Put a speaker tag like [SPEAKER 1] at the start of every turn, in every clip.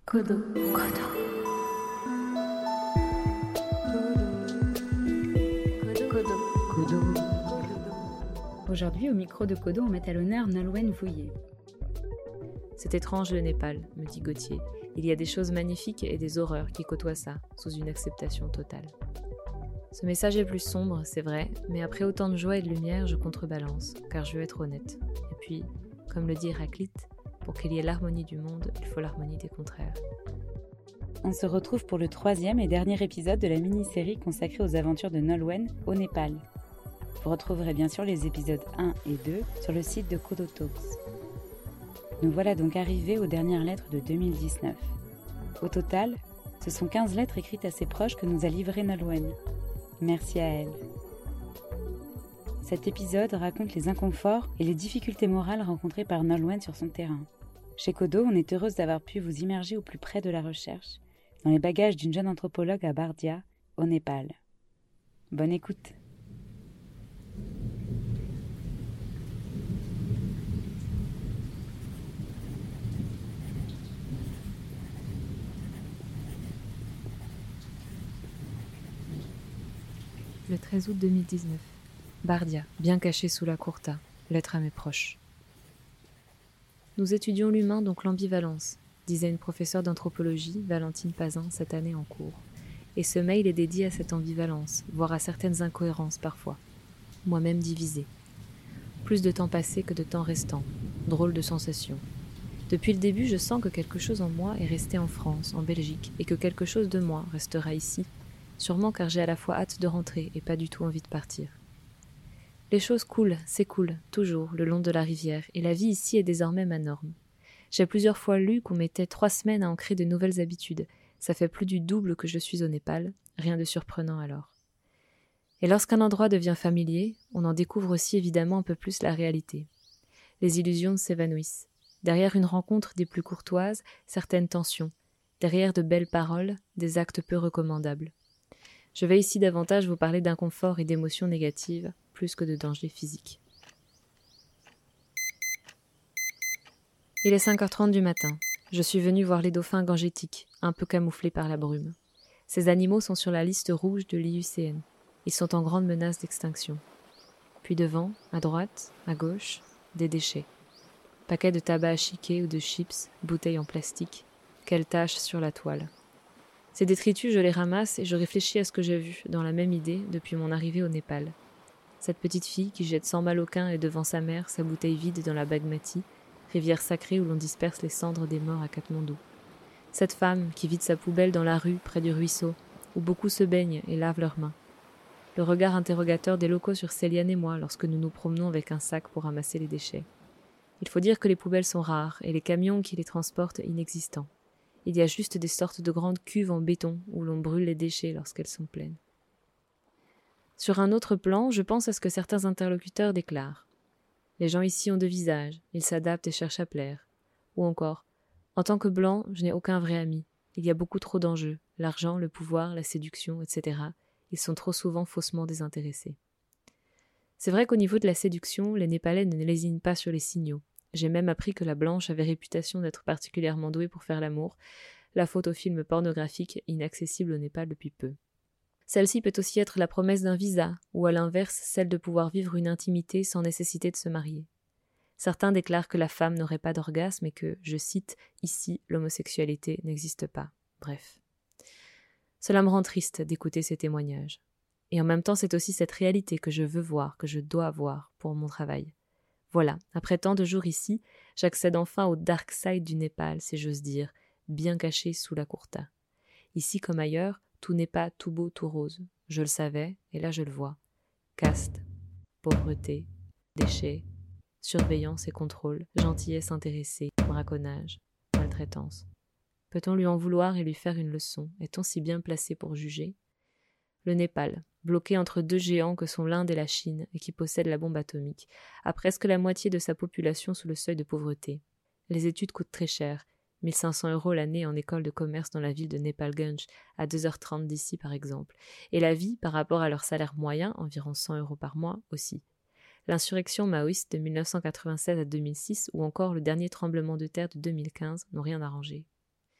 [SPEAKER 1] Kodo. Aujourd'hui, au micro de Kodo, on met à l'honneur Nolwenn Vouillet.
[SPEAKER 2] C'est étrange le Népal, me dit Gauthier. Il y a des choses magnifiques et des horreurs qui côtoient ça, sous une acceptation totale. Ce message est plus sombre, c'est vrai, mais après autant de joie et de lumière, je contrebalance, car je veux être honnête. Et puis, comme le dit Héraclite, pour qu'il y ait l'harmonie du monde, il faut l'harmonie des contraires.
[SPEAKER 1] On se retrouve pour le 3e et dernier épisode de la mini-série consacrée aux aventures de Nolwenn au Népal. Vous retrouverez bien sûr les épisodes 1 et 2 sur le site de Kodo Talks. Nous voilà donc arrivés aux dernières lettres de 2019. Au total, ce sont 15 lettres écrites à ses proches que nous a livrées Nolwenn. Merci à elle. Cet épisode raconte les inconforts et les difficultés morales rencontrées par Nolwenn sur son terrain. Chez Kodo, on est heureuse d'avoir pu vous immerger au plus près de la recherche, dans les bagages d'une jeune anthropologue à Bardia, au Népal. Bonne écoute.
[SPEAKER 2] Le 13 août 2019. Bardia, bien caché sous la Kourta. Lettre à mes proches. Nous étudions l'humain, donc l'ambivalence, disait une professeure d'anthropologie, Valentine Pazin, cette année en cours. Et ce mail est dédié à cette ambivalence, voire à certaines incohérences parfois. Moi-même divisée. Plus de temps passé que de temps restant. Drôle de sensation. Depuis le début, je sens que quelque chose en moi est resté en France, en Belgique, et que quelque chose de moi restera ici, sûrement car j'ai à la fois hâte de rentrer et pas du tout envie de partir. Les choses coulent, s'écoulent, toujours, le long de la rivière, et la vie ici est désormais ma norme. J'ai plusieurs fois lu qu'on mettait 3 semaines à ancrer de nouvelles habitudes. Ça fait plus du double que je suis au Népal, rien de surprenant alors. Et lorsqu'un endroit devient familier, on en découvre aussi évidemment un peu plus la réalité. Les illusions s'évanouissent. Derrière une rencontre des plus courtoises, certaines tensions. Derrière de belles paroles, des actes peu recommandables. Je vais ici davantage vous parler d'inconfort et d'émotions négatives, plus que de dangers physiques. Il est 5h30 du matin. Je suis venue voir les dauphins gangétiques, un peu camouflés par la brume. Ces animaux sont sur la liste rouge de l'IUCN. Ils sont en grande menace d'extinction. Puis devant, à droite, à gauche, des déchets. Paquets de tabac à chiquer ou de chips, bouteilles en plastique. Quelles taches sur la toile. Ces détritus, je les ramasse et je réfléchis à ce que j'ai vu, dans la même idée, depuis mon arrivée au Népal. Cette petite fille qui jette sans maloquin et devant sa mère sa bouteille vide dans la Bagmati, rivière sacrée où l'on disperse les cendres des morts à Katmandou. Cette femme qui vide sa poubelle dans la rue, près du ruisseau, où beaucoup se baignent et lavent leurs mains. Le regard interrogateur des locaux sur Céliane et moi lorsque nous nous promenons avec un sac pour ramasser les déchets. Il faut dire que les poubelles sont rares et les camions qui les transportent inexistants. Il y a juste des sortes de grandes cuves en béton où l'on brûle les déchets lorsqu'elles sont pleines. Sur un autre plan, je pense à ce que certains interlocuteurs déclarent. Les gens ici ont 2 visages, ils s'adaptent et cherchent à plaire. Ou encore, en tant que blanc, je n'ai aucun vrai ami. Il y a beaucoup trop d'enjeux, l'argent, le pouvoir, la séduction, etc. Ils sont trop souvent faussement désintéressés. C'est vrai qu'au niveau de la séduction, les Népalais ne lésinent pas sur les signaux. J'ai même appris que la blanche avait réputation d'être particulièrement douée pour faire l'amour, la faute aux films pornographiques inaccessibles au Népal depuis peu. Celle-ci peut aussi être la promesse d'un visa, ou à l'inverse celle de pouvoir vivre une intimité sans nécessité de se marier. Certains déclarent que la femme n'aurait pas d'orgasme et que, je cite, « ici, l'homosexualité n'existe pas ». Bref. Cela me rend triste d'écouter ces témoignages. Et en même temps, c'est aussi cette réalité que je veux voir, que je dois voir pour mon travail. Voilà, après tant de jours ici, j'accède enfin au dark side du Népal, si j'ose dire, bien caché sous la Kourta. Ici comme ailleurs, tout n'est pas tout beau, tout rose. Je le savais, et là je le vois. Caste, pauvreté, déchets, surveillance et contrôle, gentillesse intéressée, braconnage, maltraitance. Peut-on lui en vouloir et lui faire une leçon? Est-on si bien placé pour juger? Le Népal, bloqué entre 2 géants que sont l'Inde et la Chine, et qui possède la bombe atomique, a presque la moitié de sa population sous le seuil de pauvreté. Les études coûtent très cher, 1 500 € l'année en école de commerce dans la ville de Népalgunj, à 2h30 d'ici par exemple, et la vie, par rapport à leur salaire moyen, environ 100 € par mois, aussi. L'insurrection maoïste de 1996 à 2006 ou encore le dernier tremblement de terre de 2015 n'ont rien arrangé.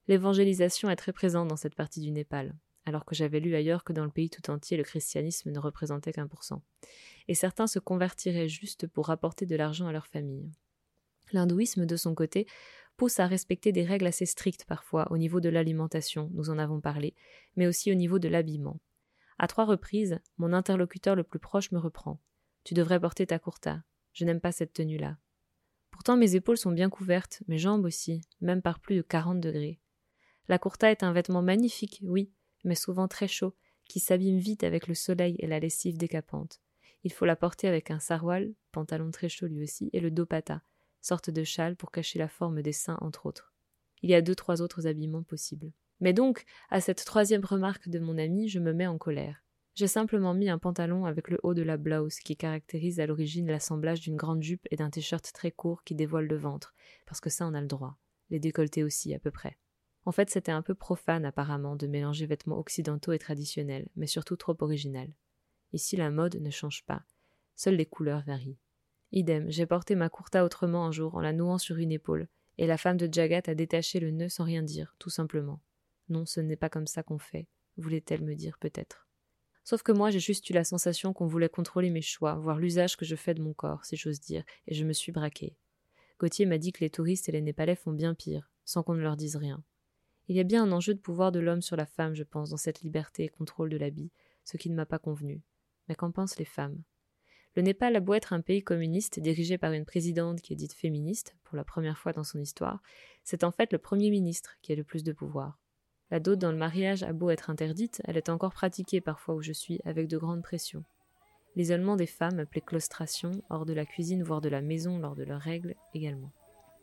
[SPEAKER 2] L'évangélisation est très présente dans cette partie du Népal, alors que j'avais lu ailleurs que dans le pays tout entier le christianisme ne représentait qu'1%. Et certains se convertiraient juste pour rapporter de l'argent à leur famille. L'hindouisme, de son côté, pousse à respecter des règles assez strictes parfois au niveau de l'alimentation, nous en avons parlé, mais aussi au niveau de l'habillement. À 3 reprises, mon interlocuteur le plus proche me reprend. « Tu devrais porter ta kurta. Je n'aime pas cette tenue-là. » Pourtant mes épaules sont bien couvertes, mes jambes aussi, même par plus de 40 degrés. La kurta est un vêtement magnifique, oui, mais souvent très chaud, qui s'abîme vite avec le soleil et la lessive décapante. Il faut la porter avec un sarwal, pantalon très chaud lui aussi, et le dopata, sorte de châle pour cacher la forme des seins entre autres. Il y a 2-3 autres habillements possibles. Mais donc, à cette 3e remarque de mon ami, je me mets en colère. J'ai simplement mis un pantalon avec le haut de la blouse qui caractérise à l'origine l'assemblage d'une grande jupe et d'un t-shirt très court qui dévoile le ventre, parce que ça on a le droit. Les décolletés aussi, à peu près. En fait, c'était un peu profane apparemment de mélanger vêtements occidentaux et traditionnels, mais surtout trop original. Ici, la mode ne change pas. Seules les couleurs varient. Idem, j'ai porté ma kurta autrement un jour en la nouant sur une épaule, et la femme de Jagat a détaché le nœud sans rien dire, tout simplement. Non, ce n'est pas comme ça qu'on fait, voulait-elle me dire peut-être. Sauf que moi, j'ai juste eu la sensation qu'on voulait contrôler mes choix, voir l'usage que je fais de mon corps, si j'ose dire, et je me suis braquée. Gauthier m'a dit que les touristes et les Népalais font bien pire, sans qu'on ne leur dise rien. Il y a bien un enjeu de pouvoir de l'homme sur la femme, je pense, dans cette liberté et contrôle de l'habit, ce qui ne m'a pas convenu. Mais qu'en pensent les femmes ? Le Népal a beau être un pays communiste dirigé par une présidente qui est dite féministe, pour la première fois dans son histoire, c'est en fait le Premier ministre qui a le plus de pouvoir. La dot dans le mariage a beau être interdite, elle est encore pratiquée parfois où je suis, avec de grandes pressions. L'isolement des femmes, appelé claustration, hors de la cuisine voire de la maison lors de leurs règles, également.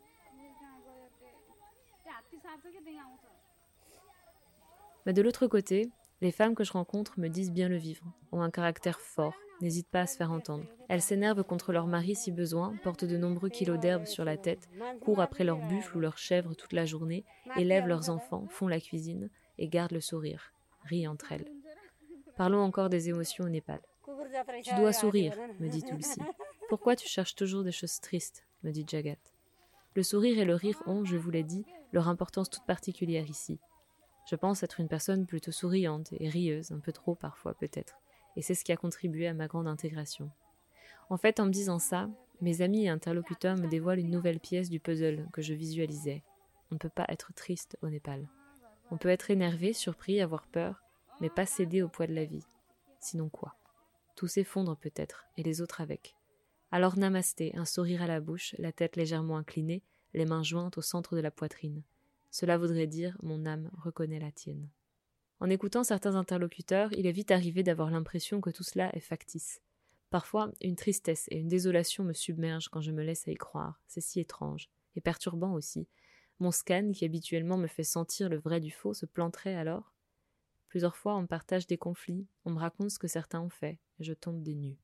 [SPEAKER 2] Mais de l'autre côté, les femmes que je rencontre me disent bien le vivre, ont un caractère fort, n'hésitent pas à se faire entendre. Elles s'énervent contre leur mari si besoin, portent de nombreux kilos d'herbe sur la tête, courent après leurs buffles ou leurs chèvres toute la journée, élèvent leurs enfants, font la cuisine et gardent le sourire, rient entre elles. Parlons encore des émotions au Népal. « Tu dois sourire, me dit Tulsi. Pourquoi tu cherches toujours des choses tristes, me dit Jagat. Le sourire et le rire ont, je vous l'ai dit, leur importance toute particulière ici. Je pense être une personne plutôt souriante et rieuse, un peu trop parfois peut-être, et c'est ce qui a contribué à ma grande intégration. En fait, en me disant ça, mes amis et interlocuteurs me dévoilent une nouvelle pièce du puzzle que je visualisais. On ne peut pas être triste au Népal. On peut être énervé, surpris, avoir peur, mais pas céder au poids de la vie. Sinon quoi ? Tout s'effondre peut-être, et les autres avec. Alors namasté, un sourire à la bouche, la tête légèrement inclinée, les mains jointes au centre de la poitrine. Cela voudrait dire « mon âme reconnaît la tienne ». En écoutant certains interlocuteurs, il est vite arrivé d'avoir l'impression que tout cela est factice. Parfois, une tristesse et une désolation me submergent quand je me laisse à y croire. C'est si étrange, et perturbant aussi. Mon scan, qui habituellement me fait sentir le vrai du faux, se planterait alors. Plusieurs fois, on me partage des conflits, on me raconte ce que certains ont fait, et je tombe des nues.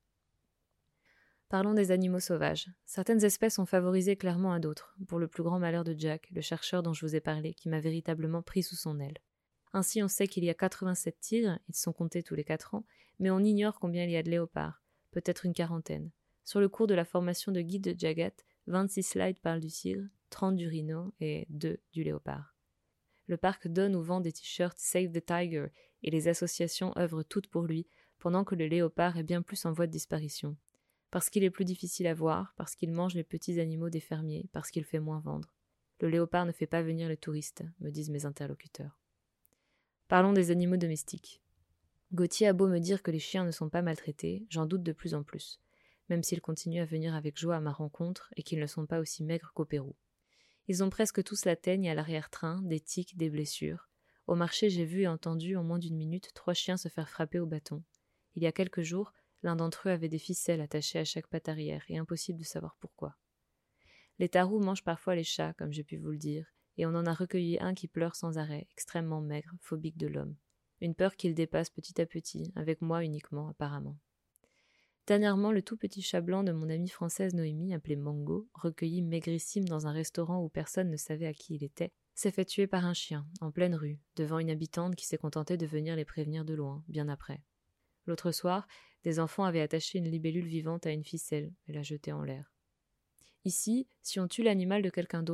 [SPEAKER 2] Parlons des animaux sauvages. Certaines espèces ont favorisé clairement à d'autres, pour le plus grand malheur de Jack, le chercheur dont je vous ai parlé, qui m'a véritablement pris sous son aile. Ainsi, on sait qu'il y a 87 tigres, ils sont comptés tous les 4 ans, mais on ignore combien il y a de léopards, peut-être une 40aine. Sur le cours de la formation de guide de Jagat, 26 slides parlent du tigre, 30 du rhino et 2 du léopard. Le parc donne ou vend des t-shirts Save the Tiger et les associations œuvrent toutes pour lui, pendant que le léopard est bien plus en voie de disparition. Parce qu'il est plus difficile à voir, parce qu'il mange les petits animaux des fermiers, parce qu'il fait moins vendre. Le léopard ne fait pas venir les touristes, me disent mes interlocuteurs. Parlons des animaux domestiques. Gauthier a beau me dire que les chiens ne sont pas maltraités, j'en doute de plus en plus, même s'ils continuent à venir avec joie à ma rencontre et qu'ils ne sont pas aussi maigres qu'au Pérou. Ils ont presque tous la teigne à l'arrière-train, des tics, des blessures. Au marché, j'ai vu et entendu en moins d'1 minute 3 chiens se faire frapper au bâton. Il y a quelques jours, l'un d'entre eux avait des ficelles attachées à chaque patte arrière, et impossible de savoir pourquoi. Les tarous mangent parfois les chats, comme j'ai pu vous le dire, et on en a recueilli un qui pleure sans arrêt, extrêmement maigre, phobique de l'homme. Une peur qu'il dépasse petit à petit, avec moi uniquement, apparemment. Dernièrement, le tout petit chat blanc de mon amie française Noémie, appelé Mango, recueilli maigrissime dans un restaurant où personne ne savait à qui il était, s'est fait tuer par un chien, en pleine rue, devant une habitante qui s'est contentée de venir les prévenir de loin, bien après. L'autre soir, des enfants avaient attaché une libellule vivante à une ficelle et la jetaient en l'air. Ici, si on tue l'animal de quelqu'un d'autre,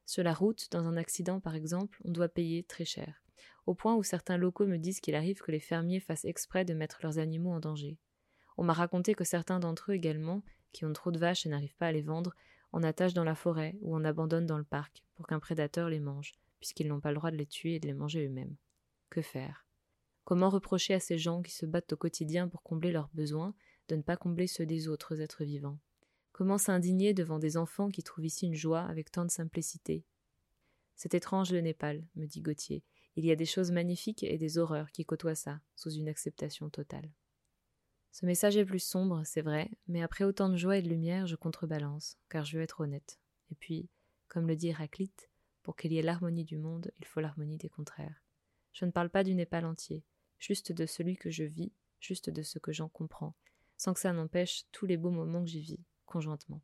[SPEAKER 2] Sur la route, dans un accident par exemple, on doit payer très cher, au point où certains locaux me disent qu'il arrive que les fermiers fassent exprès de mettre leurs animaux en danger. On m'a raconté que certains d'entre eux également, qui ont trop de vaches et n'arrivent pas à les vendre, en attachent dans la forêt ou en abandonnent dans le parc pour qu'un prédateur les mange, puisqu'ils n'ont pas le droit de les tuer et de les manger eux-mêmes. Que faire? Comment reprocher à ces gens qui se battent au quotidien pour combler leurs besoins de ne pas combler ceux des autres êtres vivants? Comment s'indigner devant des enfants qui trouvent ici une joie avec tant de simplicité? C'est étrange le Népal, me dit Gauthier. Il y a des choses magnifiques et des horreurs qui côtoient ça, sous une acceptation totale. Ce message est plus sombre, c'est vrai, mais après autant de joie et de lumière, je contrebalance, car je veux être honnête. Et puis, comme le dit Héraclite, pour qu'il y ait l'harmonie du monde, il faut l'harmonie des contraires. Je ne parle pas du Népal entier, juste de celui que je vis, juste de ce que j'en comprends, sans que ça n'empêche tous les beaux moments que j'y vis, conjointement.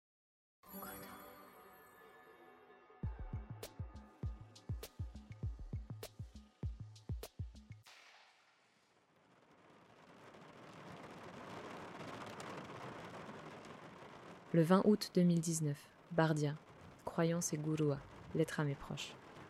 [SPEAKER 2] Le 20 août 2019, Bardia, croyance et Gurua, lettre à mes proches.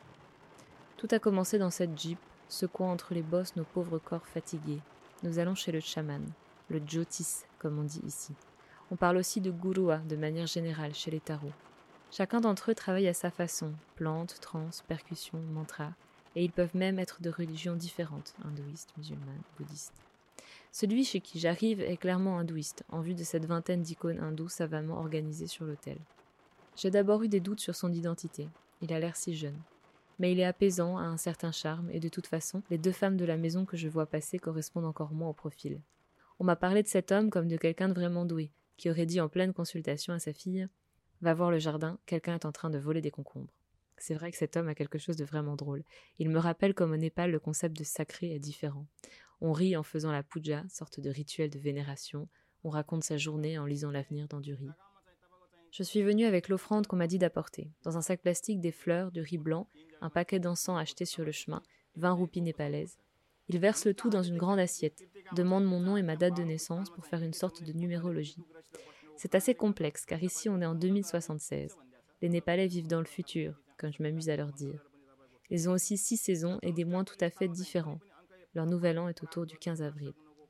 [SPEAKER 2] Tout a commencé dans cette jeep, secouant entre les bosses nos pauvres corps fatigués. Nous allons chez le chaman, le Jyotis, comme on dit ici. On parle aussi de Gurua de manière générale chez les tarots. Chacun d'entre eux travaille à sa façon, plantes, trans, percussions, mantras, et ils peuvent même être de religions différentes, hindouistes, musulmanes, bouddhistes. Celui chez qui j'arrive est clairement hindouiste, en vue de cette vingtaine d'icônes hindoues savamment organisées sur l'autel. J'ai d'abord eu des doutes sur son identité, il a l'air si jeune. Mais il est apaisant, a un certain charme, et de toute façon, les 2 femmes de la maison que je vois passer correspondent encore moins au profil. On m'a parlé de cet homme comme de quelqu'un de vraiment doué, qui aurait dit en pleine consultation à sa fille « Va voir le jardin, quelqu'un est en train de voler des concombres ». C'est vrai que cet homme a quelque chose de vraiment drôle. Il me rappelle comme au Népal le concept de sacré est différent. On rit en faisant la puja, sorte de rituel de vénération. On raconte sa journée en lisant l'avenir dans du riz. Je suis venue avec l'offrande qu'on m'a dit d'apporter. Dans un sac plastique, des fleurs, du riz blanc, un paquet d'encens acheté sur le chemin, 20 roupies népalaises. Il verse le tout dans une grande assiette, demande mon nom et ma date de naissance pour faire une sorte de numérologie. C'est assez complexe car ici on est en 2076. Les Népalais vivent dans le futur, comme je m'amuse à leur dire. Ils ont aussi 6 saisons et des mois tout à fait différents. Leur nouvel an est autour du 15 avril.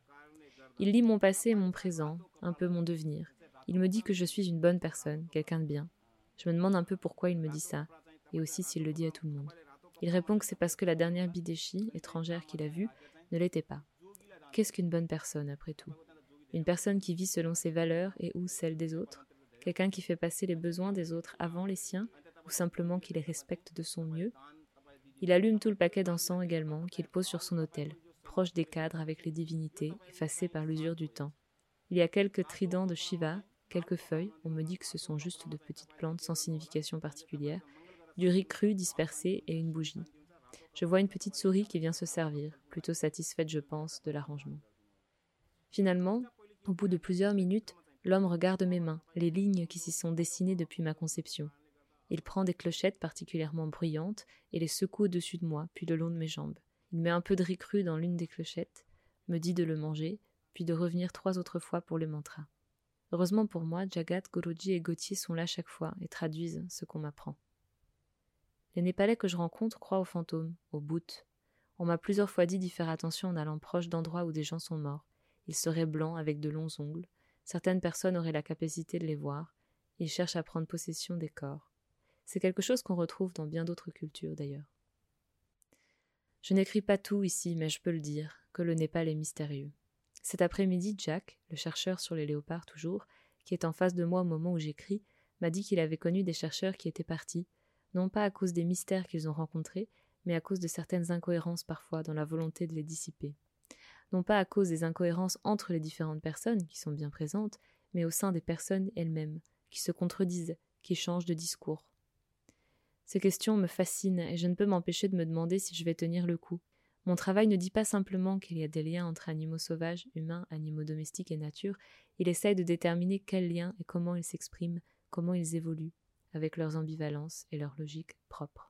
[SPEAKER 2] Il lit mon passé et mon présent, un peu mon devenir. Il me dit que je suis une bonne personne, quelqu'un de bien. Je me demande un peu pourquoi il me dit ça, et aussi s'il le dit à tout le monde. Il répond que c'est parce que la dernière Bidéchi, étrangère qu'il a vue, ne l'était pas. Qu'est-ce qu'une bonne personne, après tout? Une personne qui vit selon ses valeurs et ou celles des autres? Quelqu'un qui fait passer les besoins des autres avant les siens, ou simplement qui les respecte de son mieux? Il allume tout le paquet d'encens également, qu'il pose sur son autel, proche des cadres avec les divinités, effacées par l'usure du temps. Il y a quelques tridents de Shiva, quelques feuilles, on me dit que ce sont juste de petites plantes sans signification particulière, du riz cru dispersé et une bougie. Je vois une petite souris qui vient se servir, plutôt satisfaite, je pense, de l'arrangement. Finalement, au bout de plusieurs minutes, l'homme regarde mes mains, les lignes qui s'y sont dessinées depuis ma conception. Il prend des clochettes particulièrement bruyantes et les secoue au-dessus de moi, puis le long de mes jambes. Il met un peu de riz cru dans l'une des clochettes, me dit de le manger, puis de revenir 3 autres fois pour les mantras. Heureusement pour moi, Jagat, Guruji et Gauthier sont là chaque fois et traduisent ce qu'on m'apprend. Les Népalais que je rencontre croient aux fantômes, aux bhouts. On m'a plusieurs fois dit d'y faire attention en allant proche d'endroits où des gens sont morts. Ils seraient blancs avec de longs ongles. Certaines personnes auraient la capacité de les voir. Ils cherchent à prendre possession des corps. C'est quelque chose qu'on retrouve dans bien d'autres cultures d'ailleurs. Je n'écris pas tout ici, mais je peux le dire, que le Népal est mystérieux. Cet après-midi, Jack, le chercheur sur les léopards toujours, qui est en face de moi au moment où j'écris, m'a dit qu'il avait connu des chercheurs qui étaient partis, non pas à cause des mystères qu'ils ont rencontrés, mais à cause de certaines incohérences parfois dans la volonté de les dissiper. Non pas à cause des incohérences entre les différentes personnes, qui sont bien présentes, mais au sein des personnes elles-mêmes, qui se contredisent, qui changent de discours. Ces questions me fascinent et je ne peux m'empêcher de me demander si je vais tenir le coup. Mon travail ne dit pas simplement qu'il y a des liens entre animaux sauvages, humains, animaux domestiques et nature, il essaye de déterminer quels liens et comment ils s'expriment, comment ils évoluent, avec leurs ambivalences et leurs logiques propres.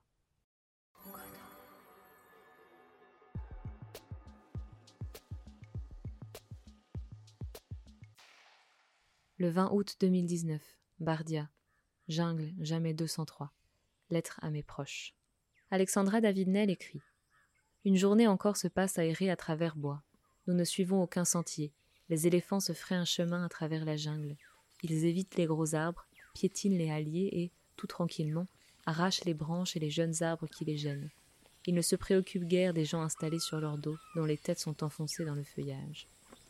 [SPEAKER 2] Le 20 août 2019, Bardia, jungle, jamais 203. lettre à mes proches. Alexandra David-Nel écrit « Une journée encore se passe à errer à travers bois. Nous ne suivons aucun sentier. Les éléphants se fraient un chemin à travers la jungle. Ils évitent les gros arbres, piétinent les halliers et, tout tranquillement, arrachent les branches et les jeunes arbres qui les gênent. Ils ne se préoccupent guère des gens installés sur leur dos, dont les têtes sont enfoncées dans le feuillage.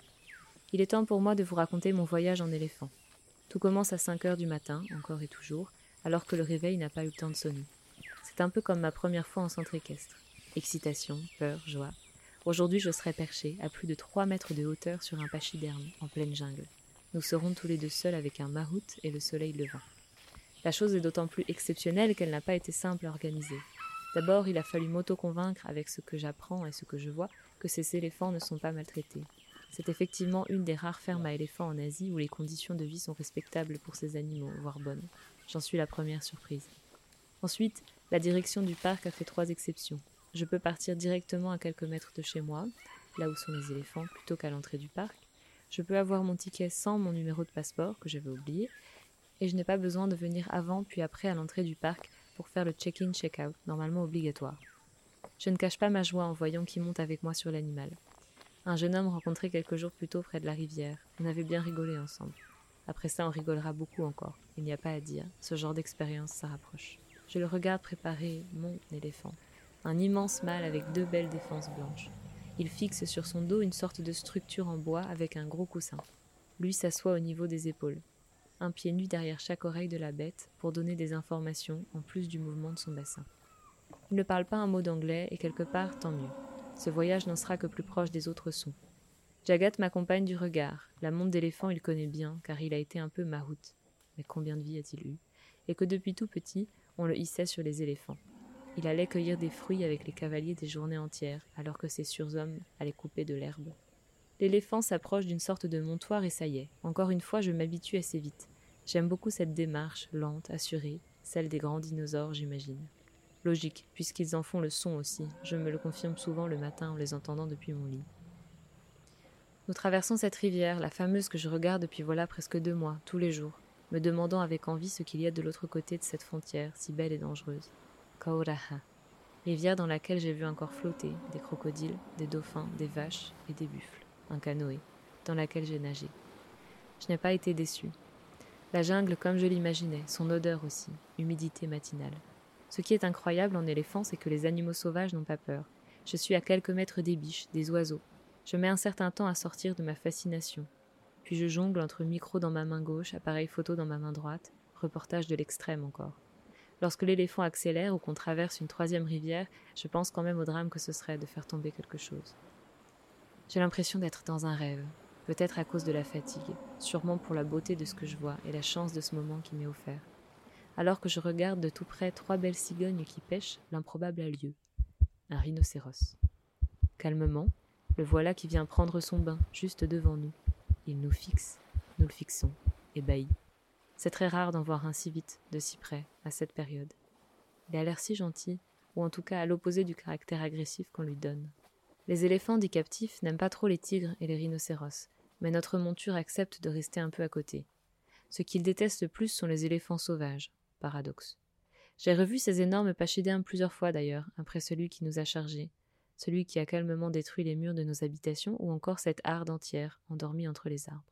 [SPEAKER 2] Il est temps pour moi de vous raconter mon voyage en éléphant. Tout commence à 5 heures du matin, encore et toujours, alors que le réveil n'a pas eu le temps de sonner. C'est un peu comme ma première fois en centre équestre. Excitation, peur, joie. Aujourd'hui, je serai perché à plus de 3 mètres de hauteur sur un pachyderme, en pleine jungle. Nous serons tous les deux seuls avec un mahout et le soleil levant. La chose est d'autant plus exceptionnelle qu'elle n'a pas été simple à organiser. D'abord, il a fallu m'auto-convaincre avec ce que j'apprends et ce que je vois que ces éléphants ne sont pas maltraités. C'est effectivement une des rares fermes à éléphants en Asie où les conditions de vie sont respectables pour ces animaux, voire bonnes. J'en suis la première surprise. Ensuite, la direction du parc a fait 3 exceptions. Je peux partir directement à quelques mètres de chez moi, là où sont les éléphants, plutôt qu'à l'entrée du parc. Je peux avoir mon ticket sans mon numéro de passeport, que j'avais oublié, et je n'ai pas besoin de venir avant puis après à l'entrée du parc pour faire le check-in, check-out, normalement obligatoire. Je ne cache pas ma joie en voyant qui monte avec moi sur l'animal. Un jeune homme rencontré quelques jours plus tôt près de la rivière. On avait bien rigolé ensemble. Après ça, on rigolera beaucoup encore. Il n'y a pas à dire, ce genre d'expérience, ça rapproche. Je le regarde préparer mon éléphant. Un immense mâle avec 2 belles défenses blanches. Il fixe sur son dos une sorte de structure en bois avec un gros coussin. Lui s'assoit au niveau des épaules. Un pied nu derrière chaque oreille de la bête pour donner des informations en plus du mouvement de son bassin. Il ne parle pas un mot d'anglais et quelque part, tant mieux. Ce voyage n'en sera que plus proche des autres sons. Jagat m'accompagne du regard. La monte d'éléphant, il connaît bien, car il a été un peu mahout. Mais combien de vies a-t-il eu? Et que depuis tout petit, on le hissait sur les éléphants. Il allait cueillir des fruits avec les cavaliers des journées entières, alors que ses surhommes allaient couper de l'herbe. L'éléphant s'approche d'une sorte de montoir et ça y est. Encore une fois, je m'habitue assez vite. J'aime beaucoup cette démarche, lente, assurée, celle des grands dinosaures, j'imagine. Logique, puisqu'ils en font le son aussi. Je me le confirme souvent le matin en les entendant depuis mon lit. Nous traversons cette rivière, la fameuse que je regarde depuis voilà presque 2 mois, tous les jours, me demandant avec envie ce qu'il y a de l'autre côté de cette frontière, si belle et dangereuse. Kauraha, rivière dans laquelle j'ai vu encore flotter des crocodiles, des dauphins, des vaches et des buffles. Un canoë, dans laquelle j'ai nagé. Je n'ai pas été déçue. La jungle comme je l'imaginais, son odeur aussi, humidité matinale. Ce qui est incroyable en éléphant, c'est que les animaux sauvages n'ont pas peur. Je suis à quelques mètres des biches, des oiseaux. Je mets un certain temps à sortir de ma fascination. Puis je jongle entre micro dans ma main gauche, appareil photo dans ma main droite, reportage de l'extrême encore. Lorsque l'éléphant accélère ou qu'on traverse une 3e rivière, je pense quand même au drame que ce serait de faire tomber quelque chose. J'ai l'impression d'être dans un rêve, peut-être à cause de la fatigue, sûrement pour la beauté de ce que je vois et la chance de ce moment qui m'est offert. Alors que je regarde de tout près 3 belles cigognes qui pêchent, l'improbable a lieu. Un rhinocéros. Calmement, le voilà qui vient prendre son bain, juste devant nous. Il nous fixe, nous le fixons, ébahis. C'est très rare d'en voir un si vite, de si près, à cette période. Il a l'air si gentil, ou en tout cas à l'opposé du caractère agressif qu'on lui donne. Les éléphants dits captifs n'aiment pas trop les tigres et les rhinocéros, mais notre monture accepte de rester un peu à côté. Ce qu'ils détestent le plus sont les éléphants sauvages. Paradoxe. J'ai revu ces énormes pachydermes plusieurs fois d'ailleurs, après celui qui nous a chargés, celui qui a calmement détruit les murs de nos habitations ou encore cette harde entière, endormie entre les arbres.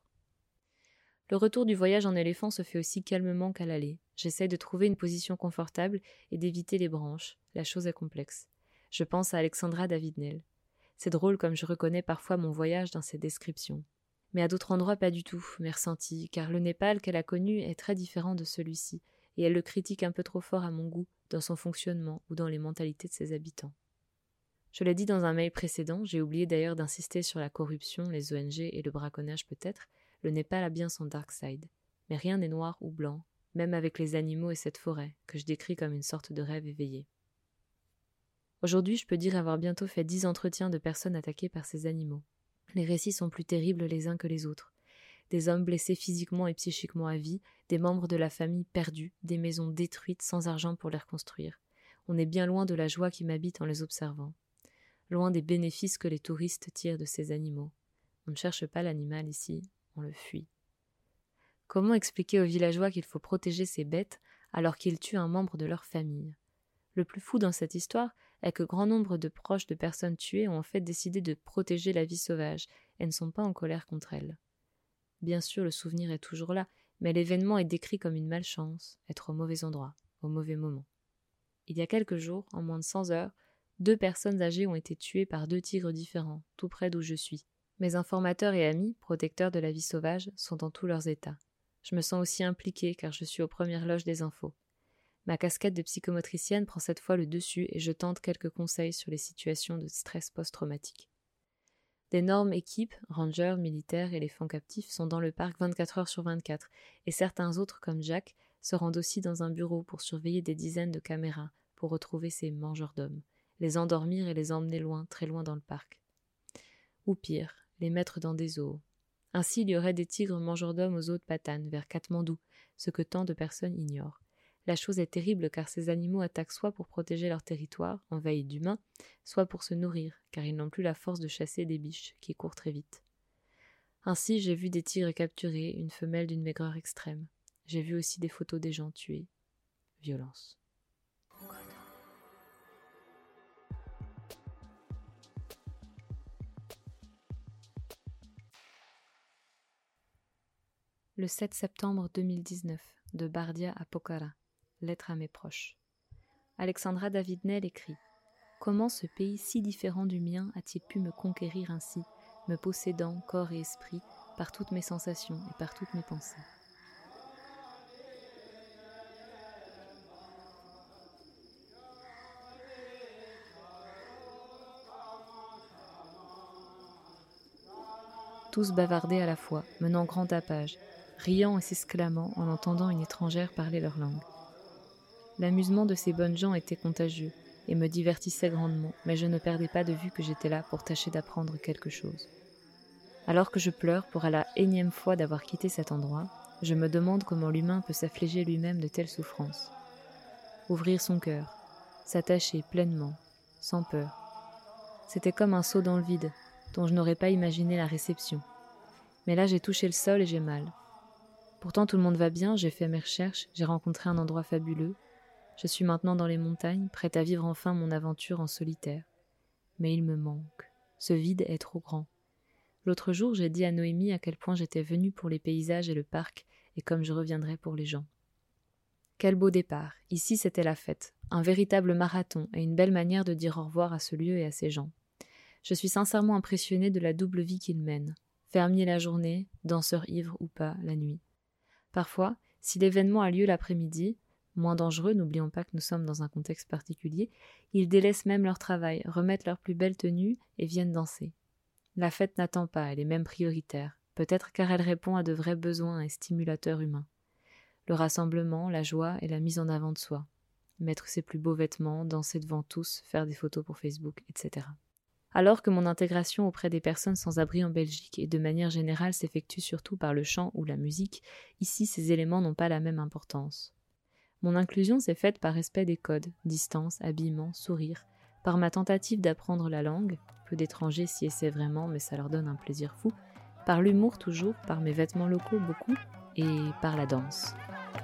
[SPEAKER 2] Le retour du voyage en éléphant se fait aussi calmement qu'à l'aller. J'essaie de trouver une position confortable et d'éviter les branches. La chose est complexe. Je pense à Alexandra David-Nel. C'est drôle comme je reconnais parfois mon voyage dans ses descriptions. Mais à d'autres endroits pas du tout, mes ressentis, car le Népal qu'elle a connu est très différent de celui-ci, et elle le critique un peu trop fort à mon goût, dans son fonctionnement ou dans les mentalités de ses habitants. Je l'ai dit dans un mail précédent, j'ai oublié d'ailleurs d'insister sur la corruption, les ONG et le braconnage peut-être, le Népal a bien son dark side. Mais rien n'est noir ou blanc, même avec les animaux et cette forêt, que je décris comme une sorte de rêve éveillé. Aujourd'hui, je peux dire avoir bientôt fait 10 entretiens de personnes attaquées par ces animaux. Les récits sont plus terribles les uns que les autres. Des hommes blessés physiquement et psychiquement à vie, des membres de la famille perdus, des maisons détruites sans argent pour les reconstruire. On est bien loin de la joie qui m'habite en les observant. Loin des bénéfices que les touristes tirent de ces animaux. On ne cherche pas l'animal ici, on le fuit. Comment expliquer aux villageois qu'il faut protéger ces bêtes alors qu'ils tuent un membre de leur famille? Le plus fou dans cette histoire est que grand nombre de proches de personnes tuées ont en fait décidé de protéger la vie sauvage et ne sont pas en colère contre elle. Bien sûr, le souvenir est toujours là, mais l'événement est décrit comme une malchance, être au mauvais endroit, au mauvais moment. Il y a quelques jours, en moins de 100 heures, 2 personnes âgées ont été tuées par 2 tigres différents, tout près d'où je suis. Mes informateurs et amis, protecteurs de la vie sauvage, sont dans tous leurs états. Je me sens aussi impliquée car je suis aux premières loges des infos. Ma casquette de psychomotricienne prend cette fois le dessus et je tente quelques conseils sur les situations de stress post-traumatique. D'énormes équipes, rangers, militaires, éléphants captifs sont dans le parc 24 heures sur 24 et certains autres comme Jack se rendent aussi dans un bureau pour surveiller des dizaines de caméras pour retrouver ces mangeurs d'hommes, les endormir et les emmener loin, très loin dans le parc. Ou pire, les mettre dans des zoos. Ainsi, il y aurait des tigres mangeurs d'hommes aux eaux de Patane, vers Katmandou, ce que tant de personnes ignorent. La chose est terrible car ces animaux attaquent soit pour protéger leur territoire, en veille d'humains, soit pour se nourrir, car ils n'ont plus la force de chasser des biches qui courent très vite. Ainsi, j'ai vu des tigres capturés, une femelle d'une maigreur extrême. J'ai vu aussi des photos des gens tués. Violence. Le 7 septembre 2019, de Bardia à Pokhara. Lettre à mes proches. Alexandra David-Nel écrit « Comment ce pays si différent du mien a-t-il pu me conquérir ainsi, me possédant corps et esprit, par toutes mes sensations et par toutes mes pensées ?» Tous bavardaient à la fois, menant grand tapage, riant et s'exclamant en entendant une étrangère parler leur langue. L'amusement de ces bonnes gens était contagieux et me divertissait grandement, mais je ne perdais pas de vue que j'étais là pour tâcher d'apprendre quelque chose. Alors que je pleure pour à la énième fois d'avoir quitté cet endroit, je me demande comment l'humain peut s'affliger lui-même de telles souffrances. Ouvrir son cœur, s'attacher pleinement, sans peur. C'était comme un saut dans le vide, dont je n'aurais pas imaginé la réception. Mais là j'ai touché le sol et j'ai mal. Pourtant tout le monde va bien, j'ai fait mes recherches, j'ai rencontré un endroit fabuleux. Je suis maintenant dans les montagnes, prête à vivre enfin mon aventure en solitaire. Mais il me manque. Ce vide est trop grand. L'autre jour, j'ai dit à Noémie à quel point j'étais venue pour les paysages et le parc, et comme je reviendrais pour les gens. Quel beau départ. Ici, c'était la fête. Un véritable marathon et une belle manière de dire au revoir à ce lieu et à ces gens. Je suis sincèrement impressionnée de la double vie qu'ils mènent. Fermier la journée, danseur ivre ou pas la nuit. Parfois, si l'événement a lieu l'après-midi, moins dangereux, n'oublions pas que nous sommes dans un contexte particulier, ils délaissent même leur travail, remettent leur plus belle tenue et viennent danser. La fête n'attend pas, elle est même prioritaire, peut-être car elle répond à de vrais besoins et stimulateurs humains. Le rassemblement, la joie et la mise en avant de soi. Mettre ses plus beaux vêtements, danser devant tous, faire des photos pour Facebook, etc. Alors que mon intégration auprès des personnes sans abri en Belgique et de manière générale s'effectue surtout par le chant ou la musique, ici ces éléments n'ont pas la même importance. Mon inclusion s'est faite par respect des codes, distance, habillement, sourire, par ma tentative d'apprendre la langue, peu d'étrangers s'y essaient vraiment mais ça leur donne un plaisir fou, par l'humour toujours, par mes vêtements locaux beaucoup, et par la danse.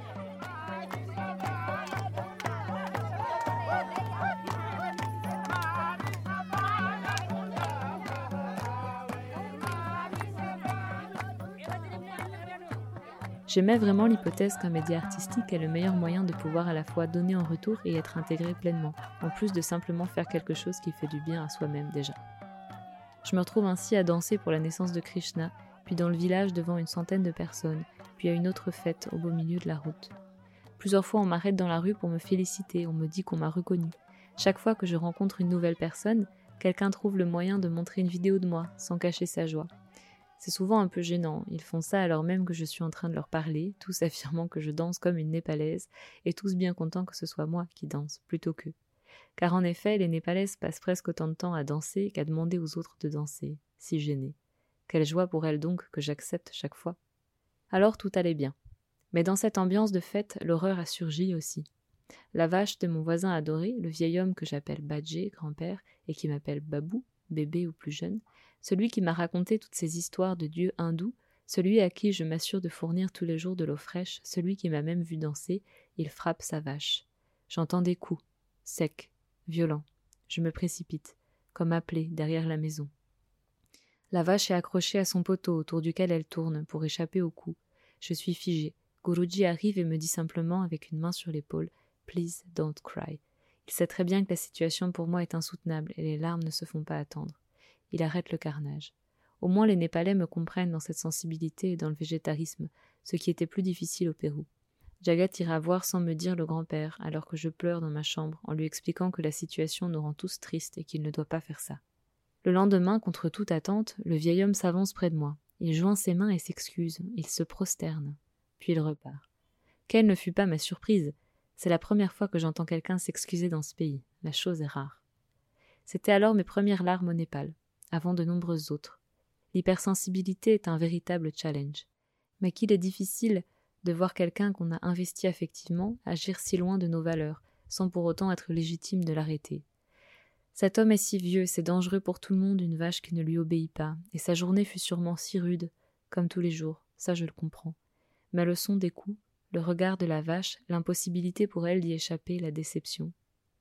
[SPEAKER 2] J'aimais vraiment l'hypothèse qu'un média artistique est le meilleur moyen de pouvoir à la fois donner en retour et être intégré pleinement, en plus de simplement faire quelque chose qui fait du bien à soi-même déjà. Je me retrouve ainsi à danser pour la naissance de Krishna, puis dans le village devant une centaine de personnes, puis à une autre fête au beau milieu de la route. Plusieurs fois on m'arrête dans la rue pour me féliciter, on me dit qu'on m'a reconnu. Chaque fois que je rencontre une nouvelle personne, quelqu'un trouve le moyen de montrer une vidéo de moi, sans cacher sa joie. C'est souvent un peu gênant, ils font ça alors même que je suis en train de leur parler, tous affirmant que je danse comme une Népalaise, et tous bien contents que ce soit moi qui danse, plutôt qu'eux. Car en effet, les Népalaises passent presque autant de temps à danser qu'à demander aux autres de danser, si gênées. Quelle joie pour elles donc que j'accepte chaque fois. Alors tout allait bien. Mais dans cette ambiance de fête, l'horreur a surgi aussi. La vache de mon voisin adoré, le vieil homme que j'appelle Badjé, grand-père, et qui m'appelle Babou, bébé ou plus jeune, celui qui m'a raconté toutes ces histoires de dieux hindous, celui à qui je m'assure de fournir tous les jours de l'eau fraîche, celui qui m'a même vu danser, il frappe sa vache. J'entends des coups. sec, violent. Je me précipite, comme appelée derrière la maison. La vache est accrochée à son poteau autour duquel elle tourne pour échapper au coup. Je suis figée. Guruji arrive et me dit simplement avec une main sur l'épaule « Please don't cry ». Il sait très bien que la situation pour moi est insoutenable et les larmes ne se font pas attendre. Il arrête le carnage. Au moins les Népalais me comprennent dans cette sensibilité et dans le végétarisme, ce qui était plus difficile au Pérou. Jagat ira voir sans me dire le grand-père, alors que je pleure dans ma chambre, en lui expliquant que la situation nous rend tous tristes et qu'il ne doit pas faire ça. Le lendemain, contre toute attente, le vieil homme s'avance près de moi. Il joint ses mains et s'excuse. Il se prosterne. Puis il repart. Quelle ne fut pas ma surprise! C'est la première fois que j'entends quelqu'un s'excuser dans ce pays. La chose est rare. C'était alors mes premières larmes au Népal, avant de nombreuses autres. L'hypersensibilité est un véritable challenge. Mais qu'il est difficile de voir quelqu'un qu'on a investi affectivement agir si loin de nos valeurs, sans pour autant être légitime de l'arrêter. Cet homme est si vieux, c'est dangereux pour tout le monde une vache qui ne lui obéit pas, et sa journée fut sûrement si rude, comme tous les jours, ça je le comprends. Mais le son des coups, le regard de la vache, l'impossibilité pour elle d'y échapper, la déception.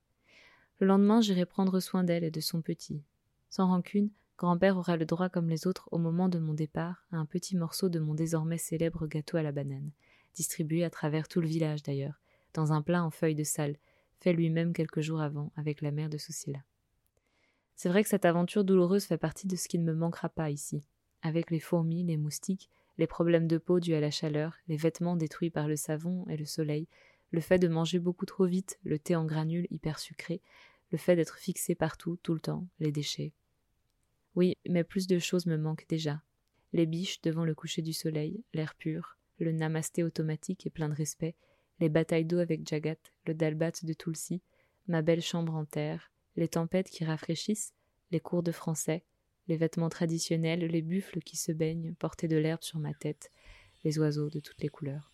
[SPEAKER 2] Le lendemain, j'irai prendre soin d'elle et de son petit. Sans rancune, grand-père aura le droit comme les autres, au moment de mon départ, à un petit morceau de mon désormais célèbre gâteau à la banane, distribué à travers tout le village d'ailleurs, dans un plat en feuilles de salle, fait lui-même quelques jours avant, avec la mère de Susila. C'est vrai que cette aventure douloureuse fait partie de ce qui ne me manquera pas ici, avec les fourmis, les moustiques, les problèmes de peau dus à la chaleur, les vêtements détruits par le savon et le soleil, le fait de manger beaucoup trop vite, le thé en granules hyper sucré, le fait d'être fixé partout, tout le temps, les déchets. Oui, mais plus de choses me manquent déjà. Les biches devant le coucher du soleil, l'air pur, le namasté automatique et plein de respect, les batailles d'eau avec Jagat, le dalbat de Tulsi, ma belle chambre en terre, les tempêtes qui rafraîchissent, les cours de français, les vêtements traditionnels, les buffles qui se baignent, porter de l'herbe sur ma tête, les oiseaux de toutes les couleurs.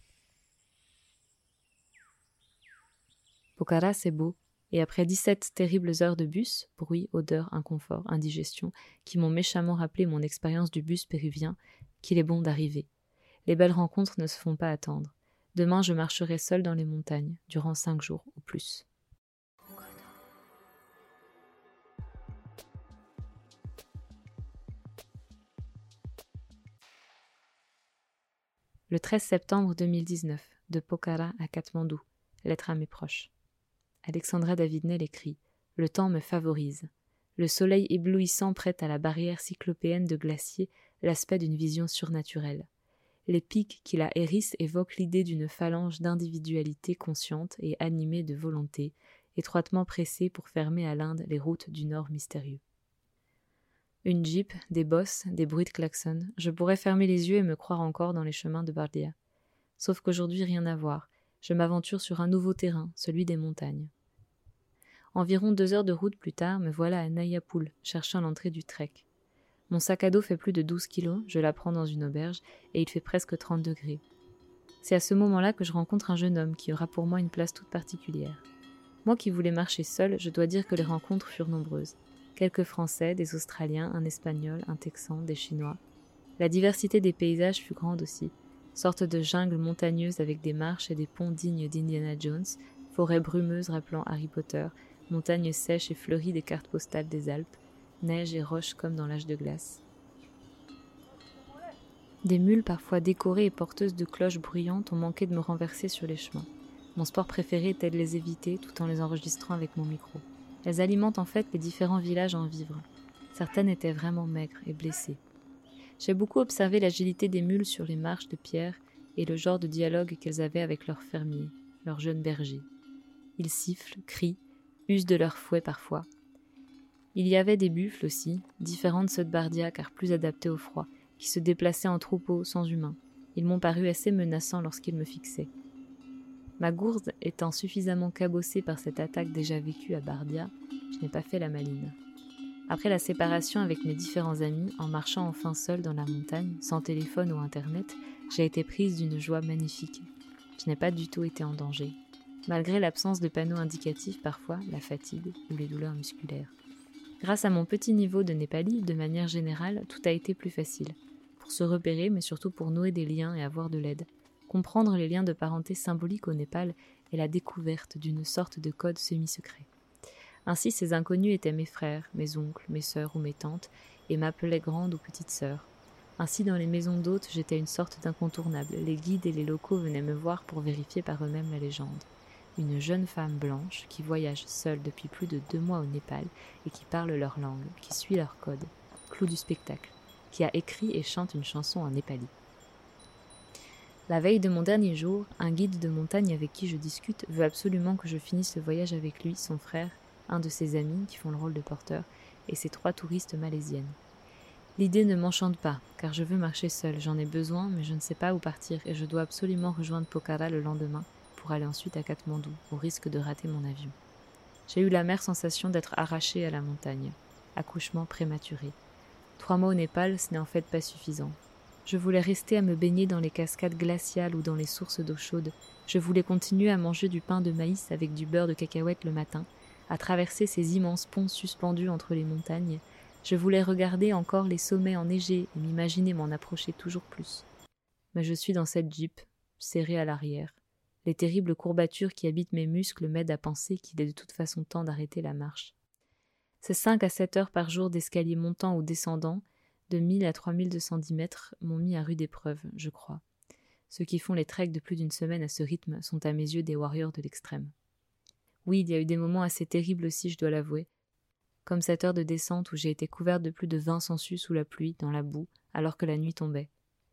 [SPEAKER 2] Pokhara, c'est beau, et après 17 terribles heures de bus, bruit, odeur, inconfort, indigestion, qui m'ont méchamment rappelé mon expérience du bus péruvien, qu'il est bon d'arriver. Les belles rencontres ne se font pas attendre. Demain, je marcherai seule dans les montagnes, durant 5 jours ou plus. Le 13 septembre 2019, de Pokhara à Katmandou, lettre à mes proches. Alexandra David-Nel écrit « Le temps me favorise. Le soleil éblouissant prête à la barrière cyclopéenne de glaciers l'aspect d'une vision surnaturelle. Les pics qui la hérissent évoquent l'idée d'une phalange d'individualité consciente et animée de volonté, étroitement pressée pour fermer à l'Inde les routes du Nord mystérieux. Une jeep, des bosses, des bruits de klaxon, je pourrais fermer les yeux et me croire encore dans les chemins de Bardia. Sauf qu'aujourd'hui, rien à voir. Je m'aventure sur un nouveau terrain, celui des montagnes. Environ 2 heures de route plus tard, me voilà à Nayapul, cherchant l'entrée du trek. Mon sac à dos fait plus de 12 kilos, je la prends dans une auberge, et il fait presque 30 degrés. C'est à ce moment-là que je rencontre un jeune homme qui aura pour moi une place toute particulière. Moi qui voulais marcher seule, je dois dire que les rencontres furent nombreuses. Quelques Français, des Australiens, un Espagnol, un Texan, des Chinois. La diversité des paysages fut grande aussi. Sorte de jungle montagneuse avec des marches et des ponts dignes d'Indiana Jones, forêts brumeuses rappelant Harry Potter, montagnes sèches et fleuries des cartes postales des Alpes, neige et roches comme dans l'âge de glace. Des mules parfois décorées et porteuses de cloches bruyantes ont manqué de me renverser sur les chemins. Mon sport préféré était de les éviter tout en les enregistrant avec mon micro. Elles alimentent en fait les différents villages en vivres. Certaines étaient vraiment maigres et blessées. J'ai beaucoup observé l'agilité des mules sur les marches de pierre et le genre de dialogue qu'elles avaient avec leurs fermiers, leurs jeunes bergers. Ils sifflent, crient, usent de leurs fouets parfois. Il y avait des buffles aussi, différents de ceux de Bardia car plus adaptés au froid, qui se déplaçaient en troupeau sans humains. Ils m'ont paru assez menaçants lorsqu'ils me fixaient. Ma gourde étant suffisamment cabossée par cette attaque déjà vécue à Bardia, je n'ai pas fait la maline. Après la séparation avec mes différents amis, en marchant enfin seule dans la montagne, sans téléphone ou internet, j'ai été prise d'une joie magnifique. Je n'ai pas du tout été en danger, malgré l'absence de panneaux indicatifs parfois, la fatigue ou les douleurs musculaires. Grâce à mon petit niveau de népali, de manière générale, tout a été plus facile. Pour se repérer, mais surtout pour nouer des liens et avoir de l'aide. Comprendre les liens de parenté symboliques au Népal et la découverte d'une sorte de code semi-secret. Ainsi, ces inconnus étaient mes frères, mes oncles, mes sœurs ou mes tantes, et m'appelaient grande ou petite sœur. Ainsi, dans les maisons d'hôtes, j'étais une sorte d'incontournable. Les guides et les locaux venaient me voir pour vérifier par eux-mêmes la légende. Une jeune femme blanche qui voyage seule depuis plus de 2 mois au Népal et qui parle leur langue, qui suit leur code, clou du spectacle, qui a écrit et chante une chanson en népali. La veille de mon dernier jour, un guide de montagne avec qui je discute veut absolument que je finisse le voyage avec lui, son frère, un de ses amis qui font le rôle de porteur, et ses 3 touristes malaisiennes. L'idée ne m'enchante pas, car je veux marcher seule, j'en ai besoin, mais je ne sais pas où partir, et je dois absolument rejoindre Pokhara le lendemain, pour aller ensuite à Katmandou, au risque de rater mon avion. J'ai eu l'amère sensation d'être arrachée à la montagne. Accouchement prématuré. 3 mois au Népal, ce n'est en fait pas suffisant. Je voulais rester à me baigner dans les cascades glaciales ou dans les sources d'eau chaude. Je voulais continuer à manger du pain de maïs avec du beurre de cacahuète le matin, à traverser ces immenses ponts suspendus entre les montagnes. Je voulais regarder encore les sommets enneigés et m'imaginer m'en approcher toujours plus. Mais je suis dans cette Jeep, serrée à l'arrière. Les terribles courbatures qui habitent mes muscles m'aident à penser qu'il est de toute façon temps d'arrêter la marche. Ces 5 à 7 heures par jour d'escalier montant ou descendant, de 1000 à 3210 mètres, m'ont mis à rude épreuve, je crois. Ceux qui font les treks de plus d'une semaine à ce rythme sont à mes yeux des warriors de l'extrême. Oui, il y a eu des moments assez terribles aussi, je dois l'avouer, comme cette heure de descente où j'ai été couverte de plus de 20 sangsues sous la pluie, dans la boue, alors que la nuit tombait.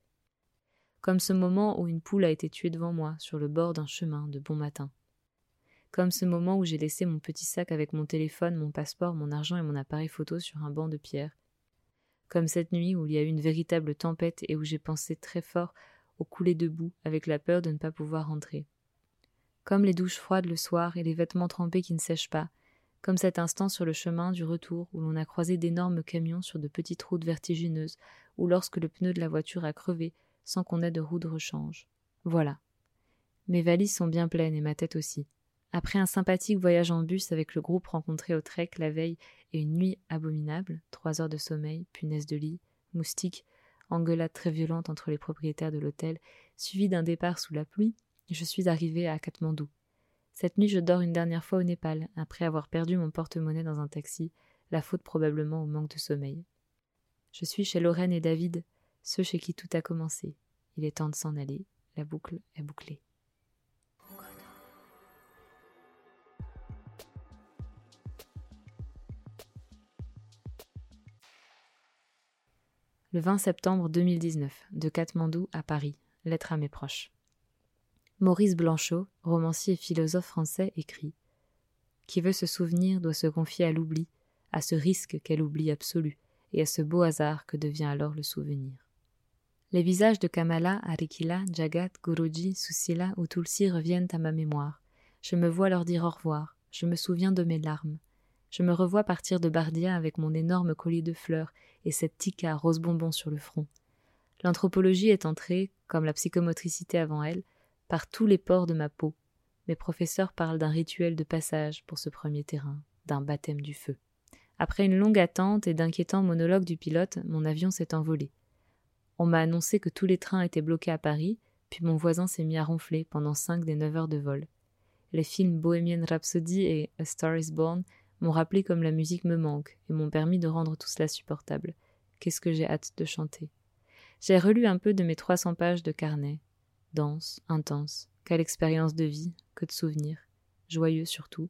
[SPEAKER 2] Comme ce moment où une poule a été tuée devant moi, sur le bord d'un chemin de bon matin. Comme ce moment où j'ai laissé mon petit sac avec mon téléphone, mon passeport, mon argent et mon appareil photo sur un banc de pierre. Comme cette nuit où il y a eu une véritable tempête et où j'ai pensé très fort au couler debout, avec la peur de ne pas pouvoir rentrer. Comme les douches froides le soir et les vêtements trempés qui ne sèchent pas, comme cet instant sur le chemin du retour où l'on a croisé d'énormes camions sur de petites routes vertigineuses, ou lorsque le pneu de la voiture a crevé sans qu'on ait de roue de rechange. Voilà. Mes valises sont bien pleines et ma tête aussi. Après un sympathique voyage en bus avec le groupe rencontré au trek la veille et une nuit abominable, 3 heures de sommeil, punaise de lit, moustiques, engueulade très violente entre les propriétaires de l'hôtel, suivi d'un départ sous la pluie, je suis arrivée à Katmandou. Cette nuit, je dors une dernière fois au Népal, après avoir perdu mon porte-monnaie dans un taxi, la faute probablement au manque de sommeil. Je suis chez Lorraine et David, ceux chez qui tout a commencé. Il est temps de s'en aller, la boucle est bouclée. Le 20 septembre 2019, de Katmandou à Paris, lettre à mes proches. Maurice Blanchot, romancier et philosophe français, écrit « Qui veut se souvenir doit se confier à l'oubli, à ce risque qu'est l'oubli absolu, et à ce beau hasard que devient alors le souvenir. » Les visages de Kamala, Harikila, Jagat, Guruji, Susila ou Tulsi reviennent à ma mémoire. Je me vois leur dire au revoir, je me souviens de mes larmes. Je me revois partir de Bardia avec mon énorme collier de fleurs et cette tika rose bonbon sur le front. L'anthropologie est entrée, comme la psychomotricité avant elle, par tous les pores de ma peau. Mes professeurs parlent d'un rituel de passage pour ce premier terrain, d'un baptême du feu. Après une longue attente et d'inquiétants monologues du pilote, mon avion s'est envolé. On m'a annoncé que tous les trains étaient bloqués à Paris, puis mon voisin s'est mis à ronfler pendant 5 des 9 heures de vol. Les films Bohemian Rhapsody et A Star is Born m'ont rappelé comme la musique me manque et m'ont permis de rendre tout cela supportable. Qu'est-ce que j'ai hâte de chanter. J'ai relu un peu de mes 300 pages de carnet. Dense, intense, quelle expérience de vie, que de souvenirs, joyeux surtout.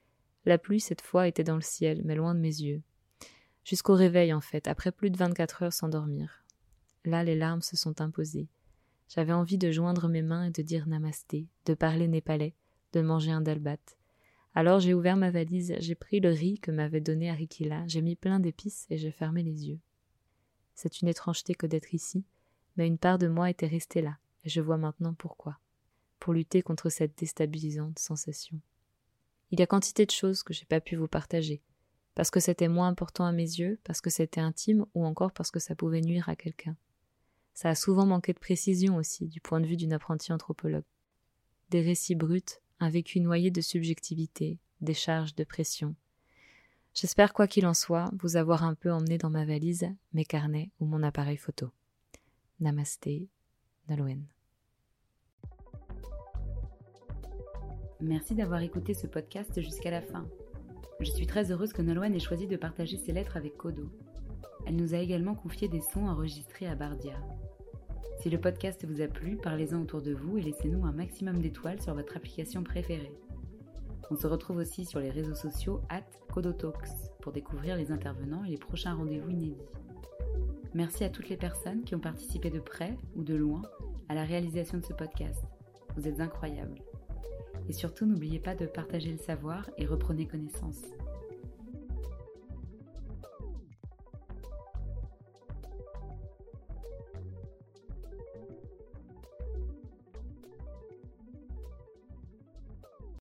[SPEAKER 2] La pluie, cette fois, était dans le ciel, mais loin de mes yeux. Jusqu'au réveil, en fait, après plus de 24 heures sans dormir. Là, les larmes se sont imposées. J'avais envie de joindre mes mains et de dire namasté, de parler népalais, de manger un dalbat. Alors j'ai ouvert ma valise, j'ai pris le riz que m'avait donné Harikila, j'ai mis plein d'épices et j'ai fermé les yeux. C'est une étrangeté que d'être ici, mais une part de moi était restée là, et je vois maintenant pourquoi. Pour lutter contre cette déstabilisante sensation. Il y a quantité de choses que j'ai pas pu vous partager, parce que c'était moins important à mes yeux, parce que c'était intime, ou encore parce que ça pouvait nuire à quelqu'un. Ça a souvent manqué de précision aussi, du point de vue d'une apprentie anthropologue. Des récits bruts, un vécu noyé de subjectivité, des charges de pression. J'espère, quoi qu'il en soit, vous avoir un peu emmené dans ma valise, mes carnets ou mon appareil photo. Namasté, Nolwenn.
[SPEAKER 1] Merci d'avoir écouté ce podcast jusqu'à la fin. Je suis très heureuse que Nolwenn ait choisi de partager ses lettres avec Kodo. Elle nous a également confié des sons enregistrés à Bardia. Si le podcast vous a plu, parlez-en autour de vous et laissez-nous un maximum d'étoiles sur votre application préférée. On se retrouve aussi sur les réseaux sociaux @KodoTalks pour découvrir les intervenants et les prochains rendez-vous inédits. Merci à toutes les personnes qui ont participé de près ou de loin à la réalisation de ce podcast. Vous êtes incroyables. Et surtout, n'oubliez pas de partager le savoir et reprenez connaissance.